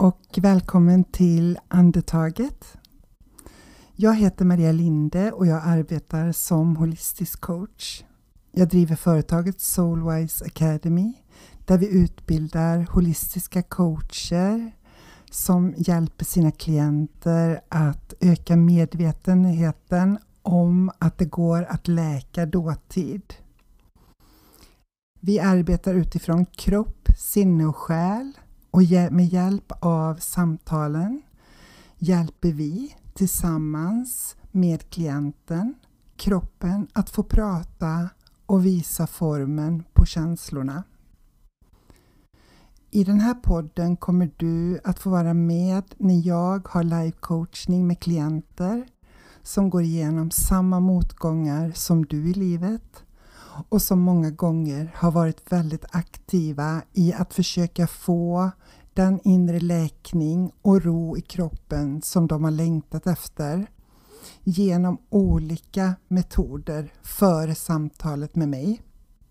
och välkommen till Andetaget. Jag heter Maria Linde och jag arbetar som holistisk coach. Jag driver företaget Soulwise Academy där vi utbildar holistiska coacher som hjälper sina klienter att öka medvetenheten om att det går att läka dåtid. Vi arbetar utifrån kropp, sinne och själ och med hjälp av samtalen hjälper vi tillsammans med klienten, kroppen att få prata och visa formen på känslorna. I den här podden kommer du att få vara med när jag har live-coachning med klienter som går igenom samma motgångar som du i livet och som många gånger har varit väldigt aktiva i att försöka få den inre läkning och ro i kroppen som de har längtat efter genom olika metoder före samtalet med mig.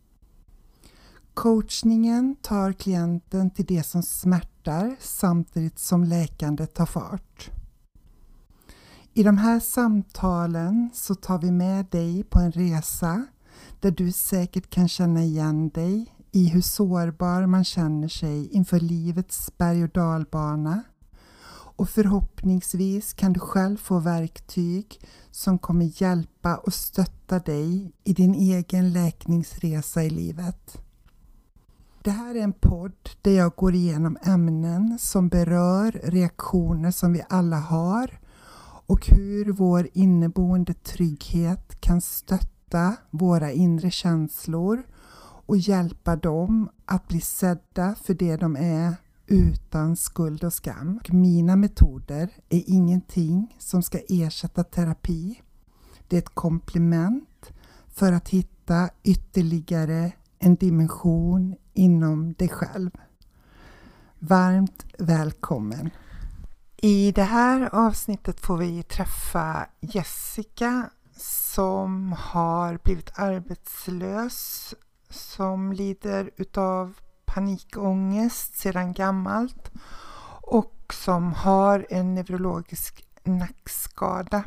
Coachningen tar klienten till det som smärtar samtidigt som läkandet tar fart. I de här samtalen så tar vi med dig på en resa där du säkert kan känna igen dig i hur sårbar man känner sig inför livets berg- och dalbana. Och förhoppningsvis kan du själv få verktyg som kommer hjälpa och stötta dig i din egen läkningsresa i livet. Det här är en podd där jag går igenom ämnen som berör reaktioner som vi alla har och hur vår inneboende trygghet kan stötta våra inre känslor och hjälpa dem att bli sedda för det de är utan skuld och skam. Mina metoder är ingenting som ska ersätta terapi. Det är ett komplement för att hitta ytterligare en dimension inom dig själv. Varmt välkommen! I det här avsnittet får vi träffa Jessica som har blivit arbetslös, som lider utav panikångest sedan gammalt och som har en neurologisk nackskada.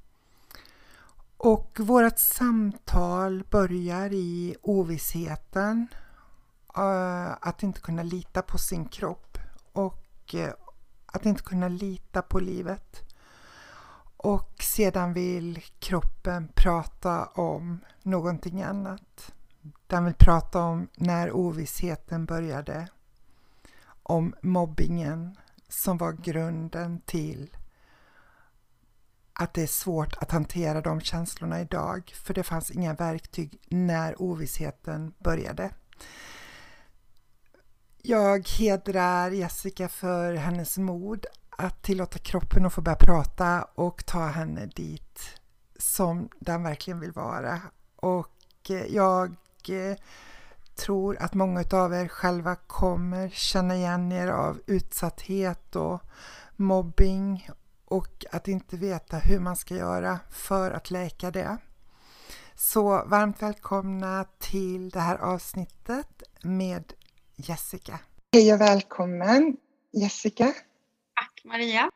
Och vårt samtal börjar i ovissheten, att inte kunna lita på sin kropp och att inte kunna lita på livet. Och sedan vill kroppen prata om någonting annat. Den vill prata om när ovissheten började. Om mobbingen som var grunden till att det är svårt att hantera de känslorna idag. För det fanns inga verktyg när ovissheten började. Jag hedrar Jessica för hennes mod att tillåta kroppen att få börja prata och ta henne dit som den verkligen vill vara. Och jag tror att många av er själva kommer känna igen er av utsatthet och mobbing och att inte veta hur man ska göra för att läka det. Så varmt välkomna till det här avsnittet med Jessica. Hej och välkommen Jessica. Tack Maria.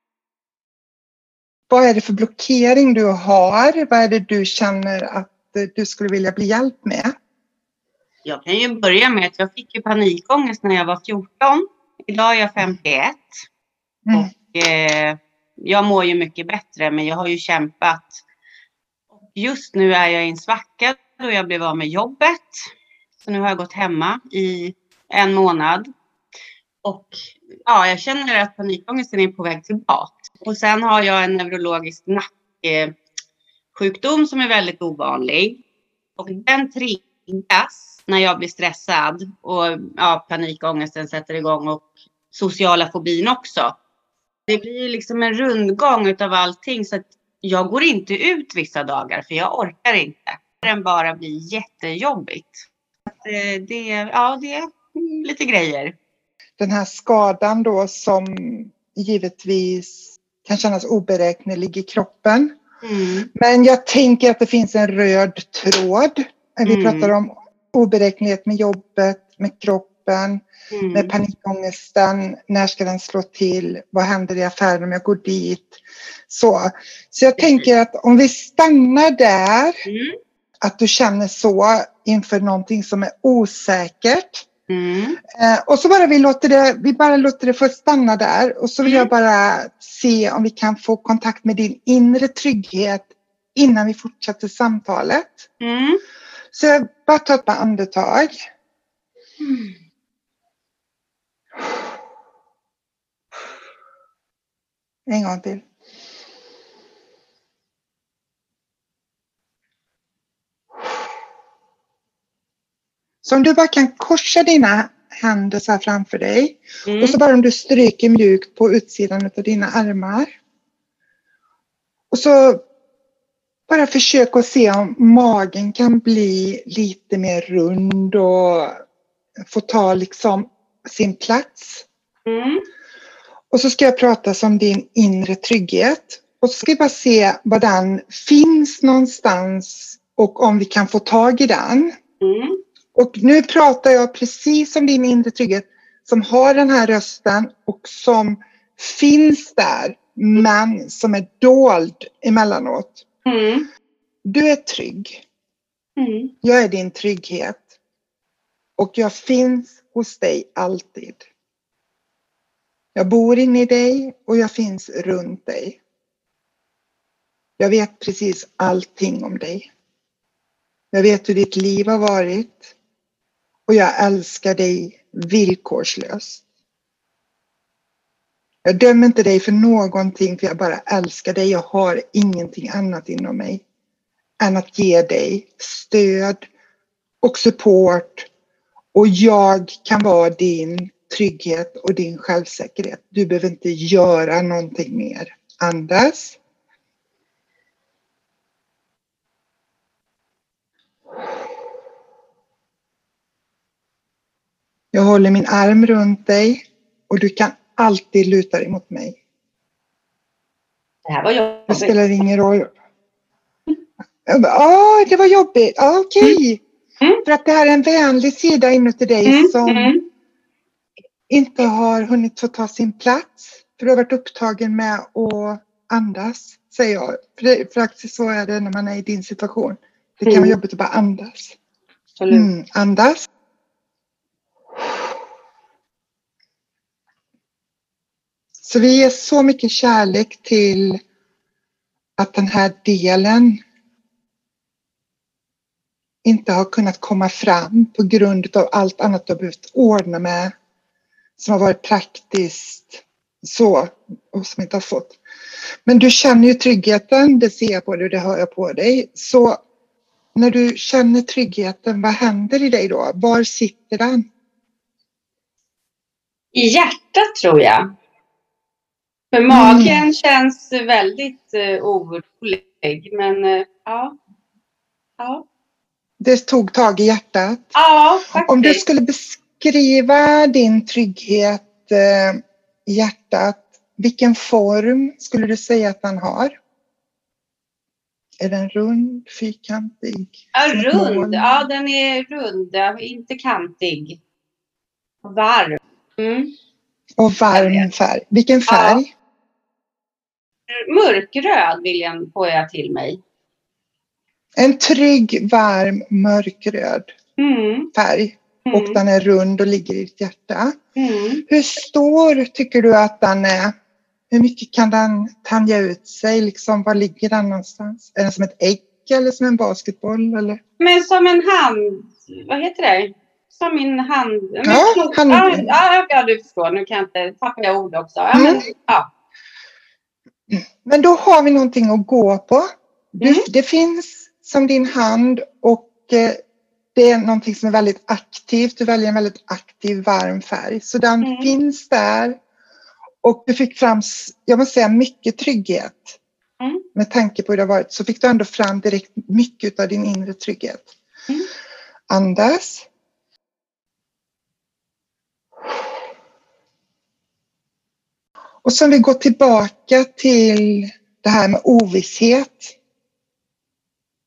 Vad är det för blockering du har? Vad är det du känner att du skulle vilja bli hjälpt med? Jag kan ju börja med att jag fick ju panikångest när jag var 14. Idag är jag 51. Och jag mår ju mycket bättre, men jag har ju kämpat. Och just nu är jag i en svacka då jag blev av med jobbet. Så nu har jag gått hemma i 1 månad. Och ja, jag känner att panikångesten är på väg tillbaka. Och sen har jag en neurologisk nacksjukdom som är väldigt ovanlig. Och den triggas när jag blir stressad. Och ja, panikångesten sätter igång och sociala fobin också. Det blir liksom en rundgång utav allting. Så att jag går inte ut vissa dagar för jag orkar inte. Den bara blir jättejobbigt. Det är lite grejer. Den här skadan då som givetvis kan kännas oberäknelig i kroppen. Men jag tänker att det finns en röd tråd. Vi pratar om oberäknelighet med jobbet, med kropp kroppen med panikångesten. När ska den slå till? Vad händer i affären om jag går dit? Så jag tänker att om vi stannar där, att du känner så inför någonting som är osäkert. Och så bara vi låter det få stanna där. Och så vill jag bara se om vi kan få kontakt med din inre trygghet innan vi fortsätter samtalet. Så jag bara tar ett par andetag. En gång till. Så om du bara kan korsa dina händer så här framför dig. Och så bara om du stryker mjukt på utsidan av dina armar. Och så bara försök att se om magen kan bli lite mer rund och få ta liksom sin plats. Och så ska jag prata om din inre trygghet. Och så ska jag bara se var den finns någonstans och om vi kan få tag i den. Och nu pratar jag precis om din inre trygghet som har den här rösten och som finns där men som är dold emellanåt. Du är trygg. Jag är din trygghet. Och jag finns hos dig alltid. Jag bor inne i dig och jag finns runt dig. Jag vet precis allting om dig. Jag vet hur ditt liv har varit. Och jag älskar dig villkorslöst. Jag dömer inte dig för någonting, för jag bara älskar dig. Jag har ingenting annat inom mig än att ge dig stöd och support. Och jag kan vara din trygghet och din självsäkerhet. Du behöver inte göra någonting mer. Andas. Jag håller min arm runt dig och du kan alltid luta dig mot mig. Det här var jobbigt. Det spelar ingen roll. Det var jobbigt. Okej. För att det här är en vänlig sida inuti dig som inte har hunnit få ta sin plats. För du har varit upptagen med att andas, säger jag. För faktiskt så är det när man är i din situation. Det kan vara jobbigt att bara andas. Andas. Så vi ger så mycket kärlek till att den här delen inte har kunnat komma fram på grund av allt annat du har behövt ordna med som har varit praktiskt så och som inte har fått. Men du känner ju tryggheten, det ser jag på dig och det hör jag på dig. Så när du känner tryggheten, vad händer i dig då? Var sitter den? I hjärtat tror jag. För magen känns väldigt orolig. Men ja. Det tog tag i hjärtat. Ja, faktiskt. Om du skulle beskriva din trygghet i hjärtat, vilken form skulle du säga att den har? Är den rund, fyrkantig? Ja, rund. Ja, den är rund. Inte kantig. Varm. Och varm färg. Vilken färg? Ja. Mörkröd får jag till mig. En trygg, varm, mörkröd färg. Och den är rund och ligger i ditt hjärta. Hur stor tycker du att den är? Hur mycket kan den tänja ut sig? Liksom, var ligger den någonstans? Är den som ett ägg eller som en basketboll? Eller? Men som en hand. Vad heter det? Som min hand. Ja, du förstår. Nu kan jag inte tappa ord också. Men då har vi någonting att gå på. Det finns som din hand och det är någonting som är väldigt aktivt. Du väljer en väldigt aktiv varm färg. Så den finns där. Och du fick fram, jag måste säga, mycket trygghet. Med tanke på hur det har varit. Så fick du ändå fram direkt mycket av din inre trygghet. Andas. Och så vi går tillbaka till det här med ovisshet.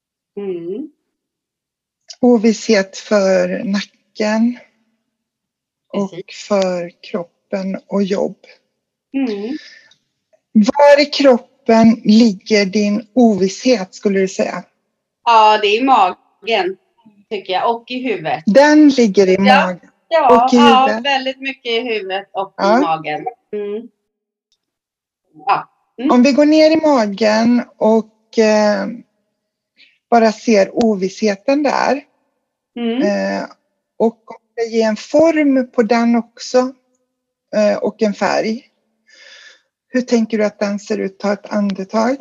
Ovisshet för nacken. och för kroppen och jobb. Mm. Var i kroppen ligger din ovisshet, skulle du säga? Ja, det är i magen tycker jag, och i huvudet. Den ligger i magen och i huvudet? Ja, väldigt mycket i huvudet och i magen. Mm. Ja. Mm. Om vi går ner i magen och bara ser ovissheten där. Och om det ger en form på den också och en färg. Hur tänker du att den ser ut? Ta ett andetag.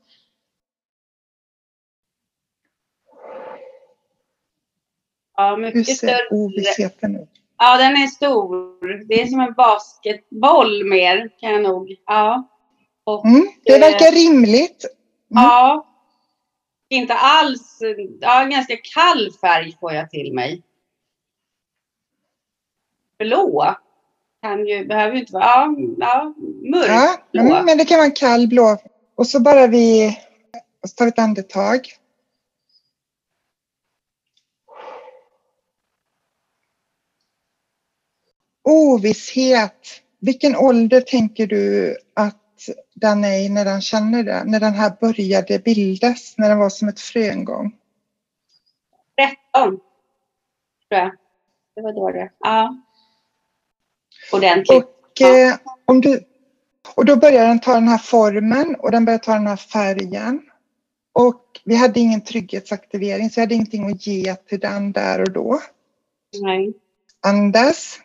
Ja, mycket hur ser större. ovissheten ut? Ja, den är stor. Det är som en basketboll mer, kan jag nog. Ja. Och, det verkar rimligt. Ja. Inte alls. Ja, en ganska kall färg får jag till mig. Blå. Behöver ju inte vara. Ja, mörk blå. Men det kan vara en kall blå. Och så bara och så tar vi ett andetag. Ovisshet. Vilken ålder tänker du att den är i när den känner det? När den här började bildas? När den var som ett frö en gång? 13. Tror jag. Det var då det. Ja. Ordentligt. Och då börjar den ta den här formen och den börjar ta den här färgen. Och vi hade ingen trygghetsaktivering, så jag hade ingenting att ge till den där och då. Nej. Andas.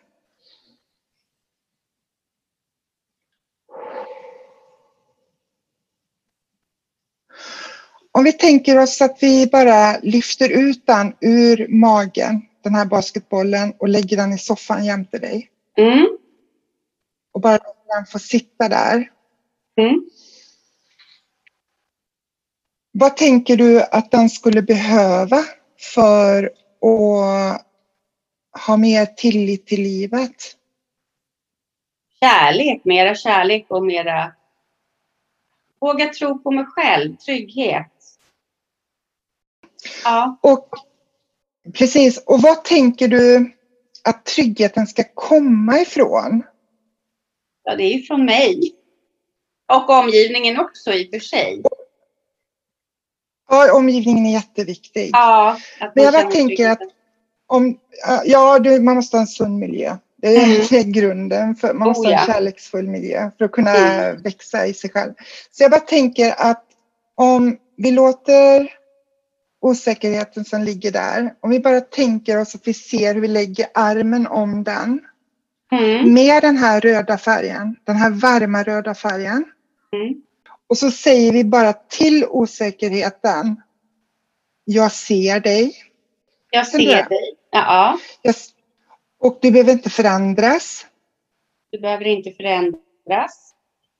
Om vi tänker oss att vi bara lyfter ut den ur magen, den här basketbollen, och lägger den i soffan jämte dig. Och bara låter den få sitta där. Vad tänker du att den skulle behöva för att ha mer tillit till livet? Kärlek, mera kärlek och mera våga tro på mig själv, trygghet. Ja. Och precis, och vad tänker du att tryggheten ska komma ifrån? Ja, det är ju från mig. Och omgivningen också i och för sig. Ja, omgivningen är jätteviktig. Ja, men jag bara tänker att man måste ha en sund miljö. Det är grunden. Man måste ha en kärleksfull miljö för att kunna växa i sig själv. Så jag bara tänker att om vi låter osäkerheten som ligger där, om vi bara tänker oss att vi ser hur vi lägger armen om den med den här röda färgen, den här varma röda färgen. Och så säger vi bara till osäkerheten: jag ser dig. Jag ser dig. Ja. Och du behöver inte förändras. Du behöver inte förändras.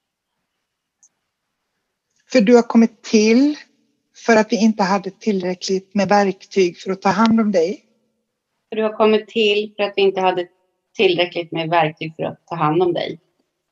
För du har kommit till för att vi inte hade tillräckligt med verktyg för att ta hand om dig. För du har kommit till för att vi inte hade tillräckligt med verktyg för att ta hand om dig.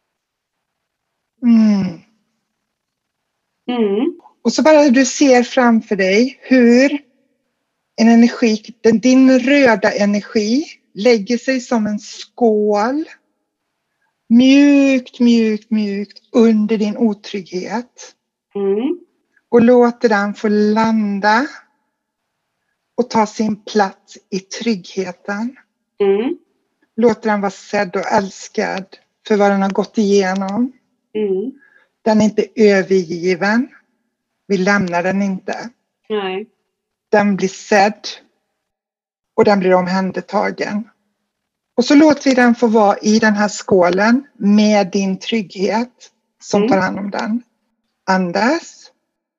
Och så bara du ser framför dig hur en energi, din röda energi lägger sig som en skål. Mjukt, mjukt, mjukt under din otrygghet. Och låter den få landa och ta sin plats i tryggheten. Låter den vara sedd och älskad för vad den har gått igenom. Den är inte övergiven. Vi lämnar den inte. Nej. Den blir sedd och den blir omhändertagen. Och så låter vi den få vara i den här skålen med din trygghet som tar hand om den. Andas.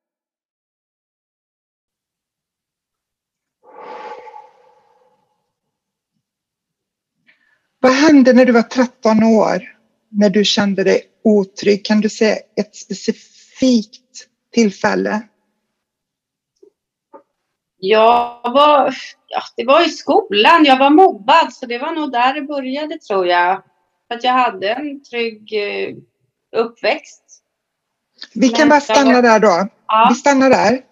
Vad hände när du var 13 år? När du kände dig otrygg? Kan du säga ett specifikt tillfälle? Det var i skolan. Jag var mobbad, så det var nog där det började, tror jag. För att jag hade en trygg uppväxt. Vi kan bara stanna där då. Ja. Vi stannar där.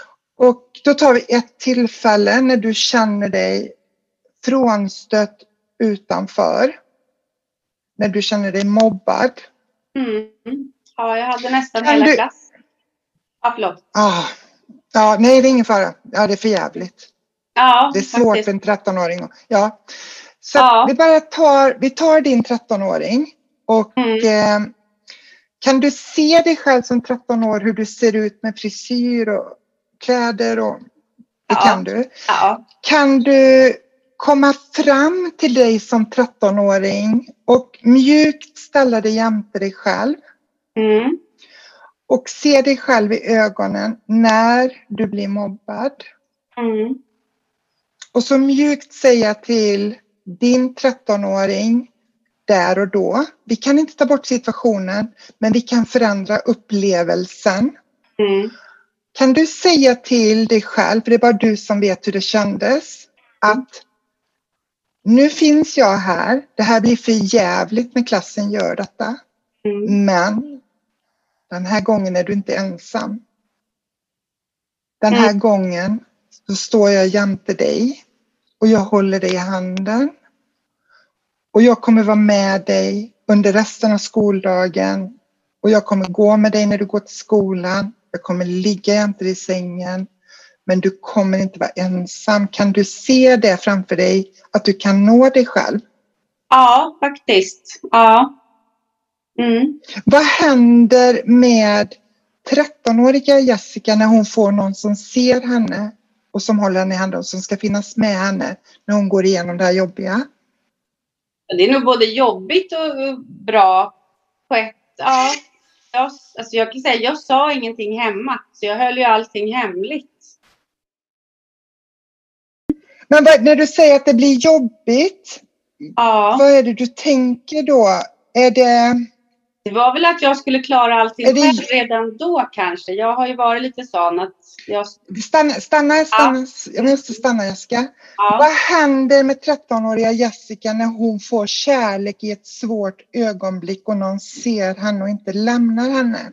Och då tar vi ett tillfälle när du känner dig frånstött, utanför. När du känner dig mobbad. Ja, jag hade nästan hela klass. Ja, förlåt. Ja, nej, det är ingen fara. Ja, det är för jävligt. Ja, det är svårt faktiskt. för en 13-åring. Ja. Så vi tar din 13-åring. Och kan du se dig själv som 13 år, hur du ser ut med frisyr och kläder? Och, det kan du. Ja. Kan du komma fram till dig som 13-åring och mjukt ställa dig jämte dig själv? Och se dig själv i ögonen när du blir mobbad. Och så mjukt säga till din 13-åring där och då. Vi kan inte ta bort situationen, men vi kan förändra upplevelsen. Kan du säga till dig själv, för det är bara du som vet hur det kändes, att nu finns jag här. Det här blir för jävligt när klassen gör detta. Men den här gången är du inte ensam. Den här gången så står jag jämte dig och jag håller dig i handen. Och jag kommer vara med dig under resten av skoldagen. Och jag kommer gå med dig när du går till skolan. Jag kommer ligga jämte dig i sängen. Men du kommer inte vara ensam. Kan du se det framför dig? Att du kan nå dig själv? Ja, faktiskt. Ja. Vad händer med 13-åriga Jessica när hon får någon som ser henne och som håller henne i handen och som ska finnas med henne när hon går igenom det här jobbiga? Det är nog både jobbigt och bra på ett... Ja, jag kan säga, jag sa ingenting hemma. Så jag höll ju allting hemligt. Men när du säger att det blir jobbigt, vad är det du tänker då? Är det... Det var väl att jag skulle klara allting själv redan då kanske. Jag har ju varit lite sån att jag... Stanna. Jag måste stanna, Jessica. Vad händer med 13-åriga Jessica när hon får kärlek i ett svårt ögonblick och någon ser henne och inte lämnar henne?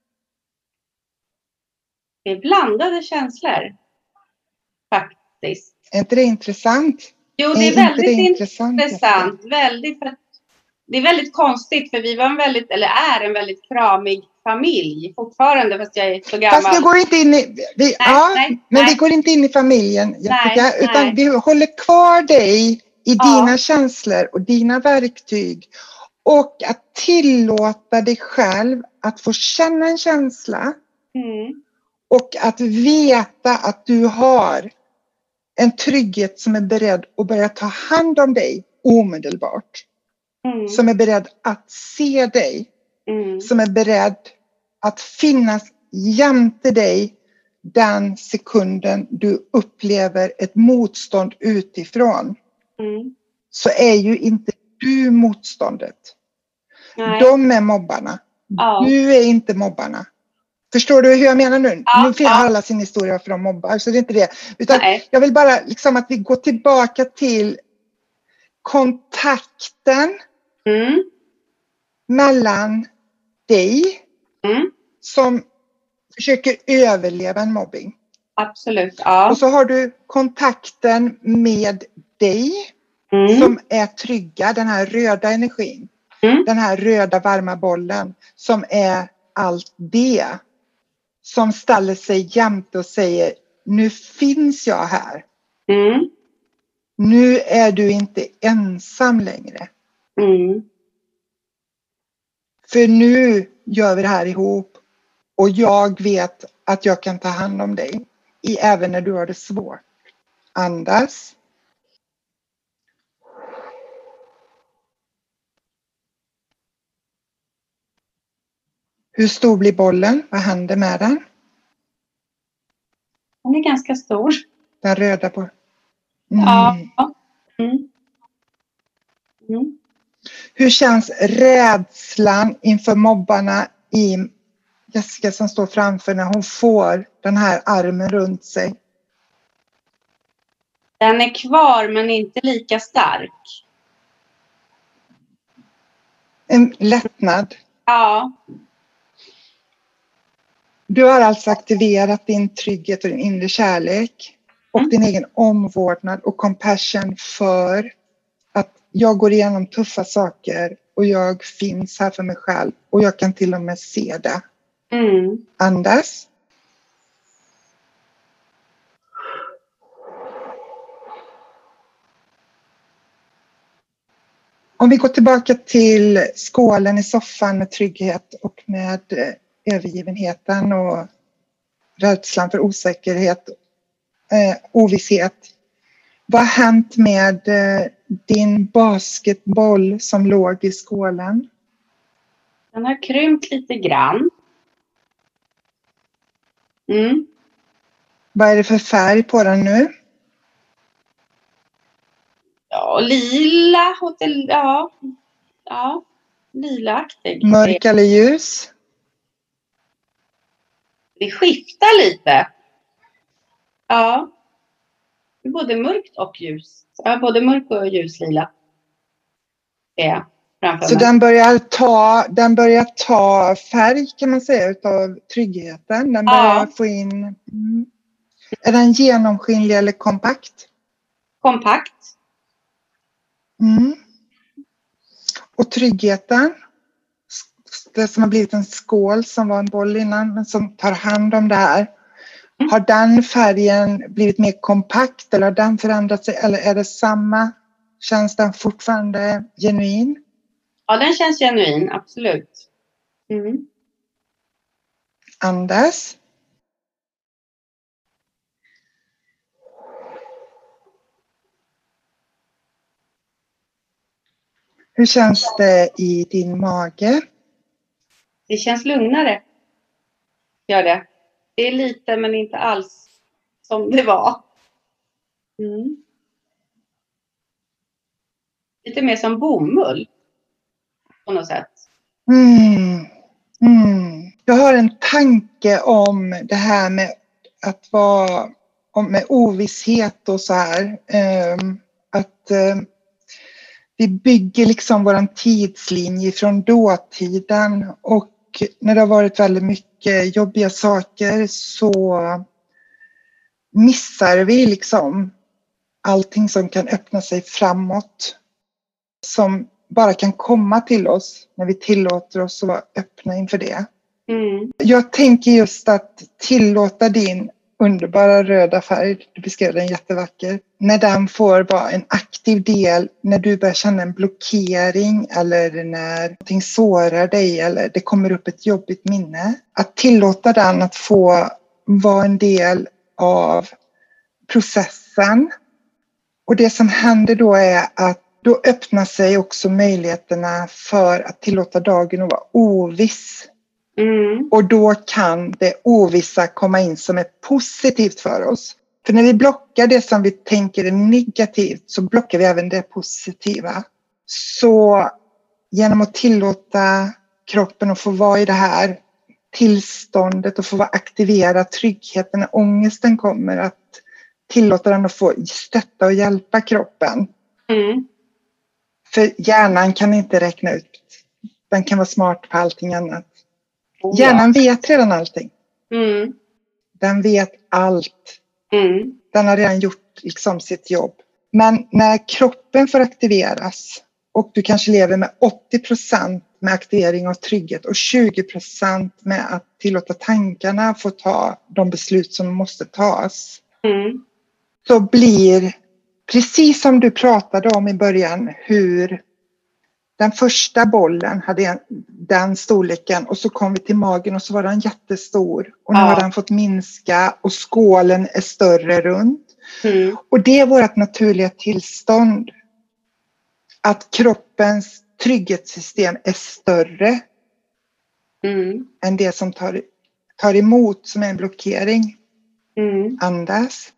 Det är blandade känslor. Faktiskt. Är inte det intressant? Jo, det är väldigt intressant. Väldigt, för det är väldigt konstigt, för vi var är en väldigt kramig familj fortfarande, fast jag är så gammal. Fast nu går inte in i... Vi går inte in i familjen, Jessica, utan vi håller kvar dig i dina känslor och dina verktyg. Och att tillåta dig själv att få känna en känsla. Och att veta att du har en trygghet som är beredd att börja ta hand om dig omedelbart. Som är beredd att se dig. Som är beredd att finnas jämte dig den sekunden du upplever ett motstånd utifrån. Så är ju inte du motståndet. Nej. De är mobbarna. Du är inte mobbarna. Förstår du hur jag menar nu? Nu har alla sin historia för de mobbar, så det är inte det. Utan jag vill bara liksom att vi går tillbaka till kontakten mellan dig som försöker överleva en mobbing. Absolut, ja. Och så har du kontakten med dig som är trygga, den här röda energin. Den här röda varma bollen som är allt det. Som ställer sig jämte och säger, nu finns jag här. Nu är du inte ensam längre. För nu gör vi det här ihop. Och jag vet att jag kan ta hand om dig. Även när du har det svårt. Andas. Hur stor blir bollen? Vad händer med den? Den är ganska stor. Den röda på. Ja. Hur känns rädslan inför mobbarna i Jessica som står framför när hon får den här armen runt sig? Den är kvar men inte lika stark. En lättnad. Ja. Du har alltså aktiverat din trygghet och din inre kärlek och din egen omvårdnad och compassion för att jag går igenom tuffa saker och jag finns här för mig själv och jag kan till och med se det. Andas. Om vi går tillbaka till skålen i soffan med trygghet och med övergivenheten och rädslan för osäkerhet, ovisshet. Vad har hänt med din basketboll som låg i skålen? Den har krympt lite grann. Vad är det för färg på den nu? Ja, lila. Ja, lilaaktig. Mörk eller ljus? Det skiftar lite. Ja. Både mörkt och ljus. Ja, både mörk och ljuslila. Ja, så den börjar ta färg kan man säga utav tryggheten. Den börjar få in... Är den genomskinlig eller kompakt? Kompakt. Och tryggheten, det som har blivit en skål som var en boll innan, men som tar hand om det här. Har den färgen blivit mer kompakt eller har den förändrat sig? Eller är det samma? Känns den fortfarande genuin? Ja, den känns genuin, absolut. Andas. Hur känns det i din mage? Det känns lugnare. Gör det. Det är lite men inte alls som det var. Lite mer som bomull. På något sätt. Jag har en tanke om det här med att vara med ovisshet och så här. Vi bygger liksom våran tidslinje från dåtiden och när det har varit väldigt mycket jobbiga saker så missar vi liksom allting som kan öppna sig framåt. Som bara kan komma till oss när vi tillåter oss att vara öppna inför det. Jag tänker just att tillåta din underbara röda färg, du beskrev den jättevacker, när den får vara en aktiv del, när du börjar känna en blockering eller när någonting sårar dig eller det kommer upp ett jobbigt minne. Att tillåta den att få vara en del av processen. Och det som händer då är att då öppnar sig också möjligheterna för att tillåta dagen att vara oviss. Och då kan det ovissa komma in som är positivt för oss. För när vi blockar det som vi tänker är negativt så blockar vi även det positiva. Så genom att tillåta kroppen att få vara i det här tillståndet och få vara aktivera tryggheten när ångesten kommer, att tillåta den att få stötta och hjälpa kroppen. För hjärnan kan inte räkna ut. Den kan vara smart på allting annat. Hjärnan vet redan allting. Den vet allt. Den har redan gjort liksom sitt jobb. Men när kroppen får aktiveras och du kanske lever med 80% med aktivering av trygghet och 20% med att tillåta tankarna få ta de beslut som måste tas. Så blir, precis som du pratade om i början, hur den första bollen hade den storleken och så kom vi till magen och så var den jättestor. Och nu har den fått minska och skålen är större runt. Och det är vårt naturliga tillstånd. Att kroppens trygghetssystem är större än det som tar emot som är en blockering. Andas.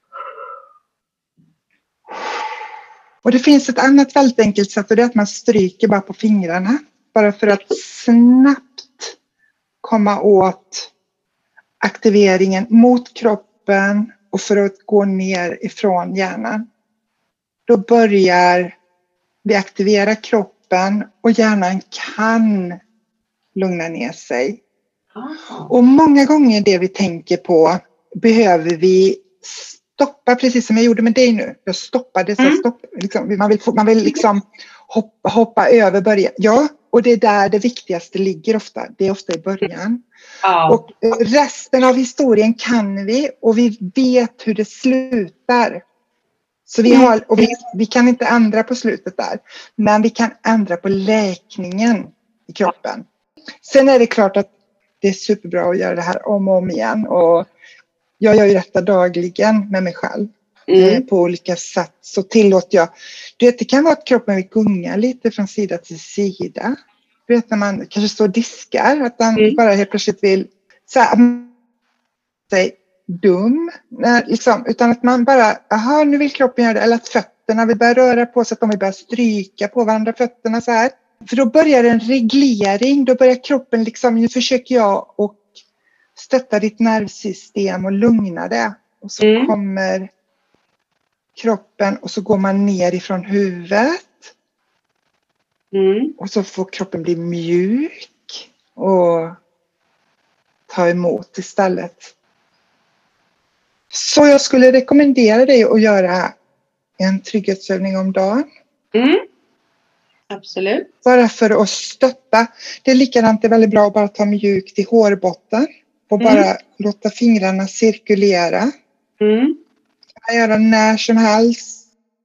Och det finns ett annat väldigt enkelt sätt och det är att man stryker bara på fingrarna. Bara för att snabbt komma åt aktiveringen mot kroppen och för att gå ner ifrån hjärnan. Då börjar vi aktivera kroppen och hjärnan kan lugna ner sig. Och många gånger det vi tänker på behöver vi stoppar, precis som jag gjorde med dig nu. Jag stoppade, så stopp, liksom, man vill liksom hoppa över början. Ja, och det är där det viktigaste ligger ofta. Det är ofta i början. Ja. Och resten av historien kan vi, och vi vet hur det slutar. Så vi kan inte ändra på slutet där. Men vi kan ändra på läkningen i kroppen. Sen är det klart att det är superbra att göra det här om och om igen. Och jag gör ju detta dagligen med mig själv. På olika sätt så tillåter jag. Du vet, det kan vara att kroppen vill gunga lite från sida till sida. Du vet när man kanske står och diskar. Att den bara helt plötsligt vill så här, sig dum. Liksom, utan att man bara, aha, nu vill kroppen göra det. Eller att fötterna vill börja röra på sig. Att de vill börja stryka på varandra fötterna så här. För då börjar en reglering. Då börjar kroppen liksom, nu försöker jag och stötta ditt nervsystem och lugna det. Och så kommer kroppen och så går man ner ifrån huvudet. Och så får kroppen bli mjuk och ta emot istället. Så jag skulle rekommendera dig att göra en trygghetsövning om dagen. Absolut. Bara för att stötta. Det är likadant, det är väldigt bra att bara ta mjukt i hårbotten. Och bara låta fingrarna cirkulera. Jag göra när som helst.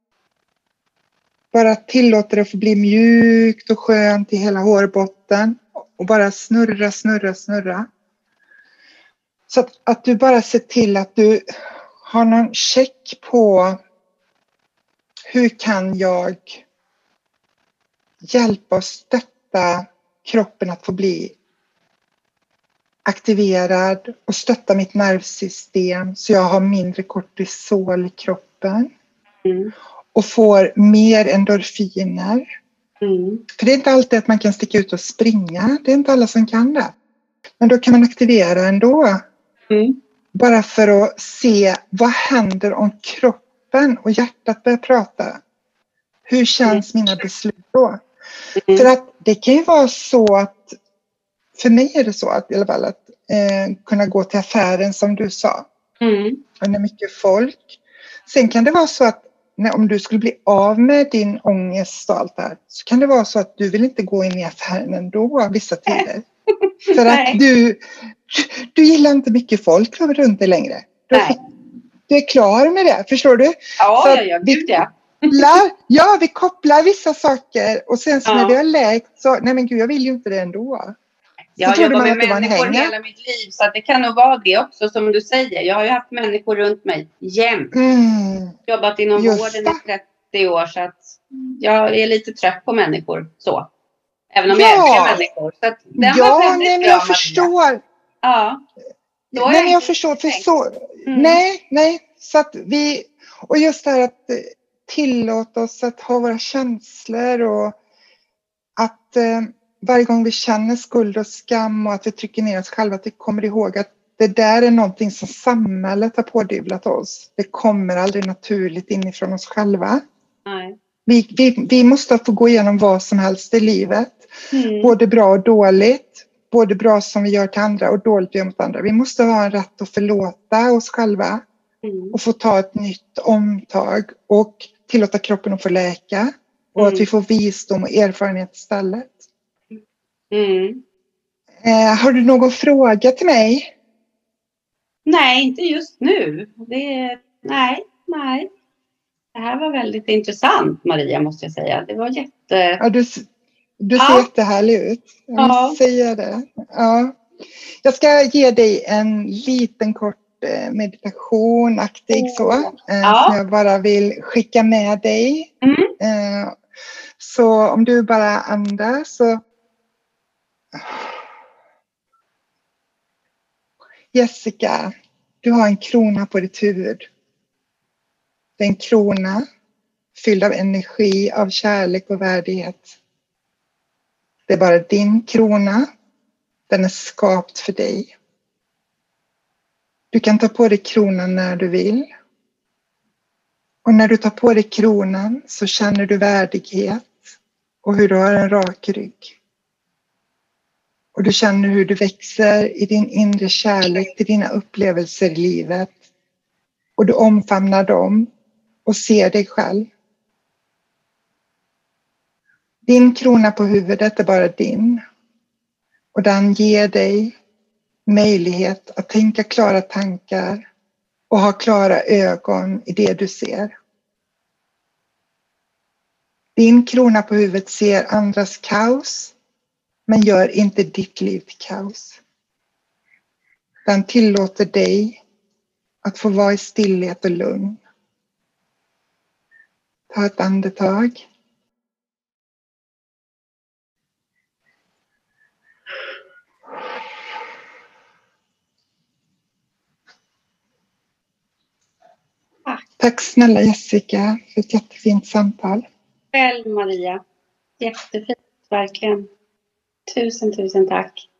Bara tillåta det att få bli mjukt och skönt i hela hårbotten. Och bara snurra. Så att du bara ser till att du har någon check på hur kan jag hjälpa och stötta kroppen att få bli aktiverad och stötta mitt nervsystem så jag har mindre kortisol i kroppen och får mer endorfiner. För det är inte alltid att man kan sticka ut och springa. Det är inte alla som kan det. Men då kan man aktivera ändå. Bara för att se vad händer om kroppen och hjärtat börjar prata. Hur känns mina beslut då? För att det kan ju vara så att, för mig är det så att i alla fall att kunna gå till affären som du sa. Och det är mycket folk. Sen kan det vara så att om du skulle bli av med din ångest och allt det här, så kan det vara så att du vill inte gå in i affären ändå vissa tider. För att du gillar inte mycket folk runt dig längre. Du är klar med det, förstår du? Ja, vi kopplar vissa saker och sen så när vi har läkt så, nej men gud, jag vill ju inte det ändå. Jag har jobbat med människor hela mitt liv, så att det kan nog vara det också som du säger. Jag har ju haft människor runt mig jämt. Jobbat inom vården i 30 år, så att jag är lite trött på människor så. Även om jag älskar människor. Så att den var väldigt nej, men jag förstår. Nej, jag förstår. För så, nej. Så att vi, och just det här att tillåta oss att ha våra känslor och att varje gång vi känner skuld och skam och att vi trycker ner oss själva, att vi kommer ihåg att det där är någonting som samhället har pådyvlat oss. Det kommer aldrig naturligt inifrån oss själva. Nej. Vi måste få gå igenom vad som helst i livet. Både bra och dåligt. Både bra som vi gör till andra och dåligt vi gör mot andra. Vi måste ha en rätt att förlåta oss själva. Och få ta ett nytt omtag. Och tillåta kroppen att få läka. Och att vi får visdom och erfarenhet istället. Har du någon fråga till mig? Nej, inte just nu. Nej. Det här var väldigt intressant, Maria, måste jag säga. Det var jätte... Ja, du ser jättehärlig ut. Jag vill säga det. Ja. Jag ska ge dig en liten kort meditationaktig så. Som jag bara vill skicka med dig. Så om du bara andas så... Jessica, du har en krona på ditt huvud. Det är en krona fylld av energi, av kärlek och värdighet. Det är bara din krona. Den är skapt för dig. Du kan ta på dig kronan när du vill. Och när du tar på dig kronan så känner du värdighet och hur du har en rak rygg. Och du känner hur du växer i din inre kärlek till dina upplevelser i livet. och du omfamnar dem och ser dig själv. Din krona på huvudet är bara din. Och den ger dig möjlighet att tänka klara tankar och ha klara ögon i det du ser. Din krona på huvudet ser andras kaos, men gör inte ditt liv till kaos. Den tillåter dig att få vara i stillhet och lugn. Ta ett andetag. Tack snälla Jessica för ett jättefint samtal. Själv Maria. Jättefint, verkligen. Tusen tack.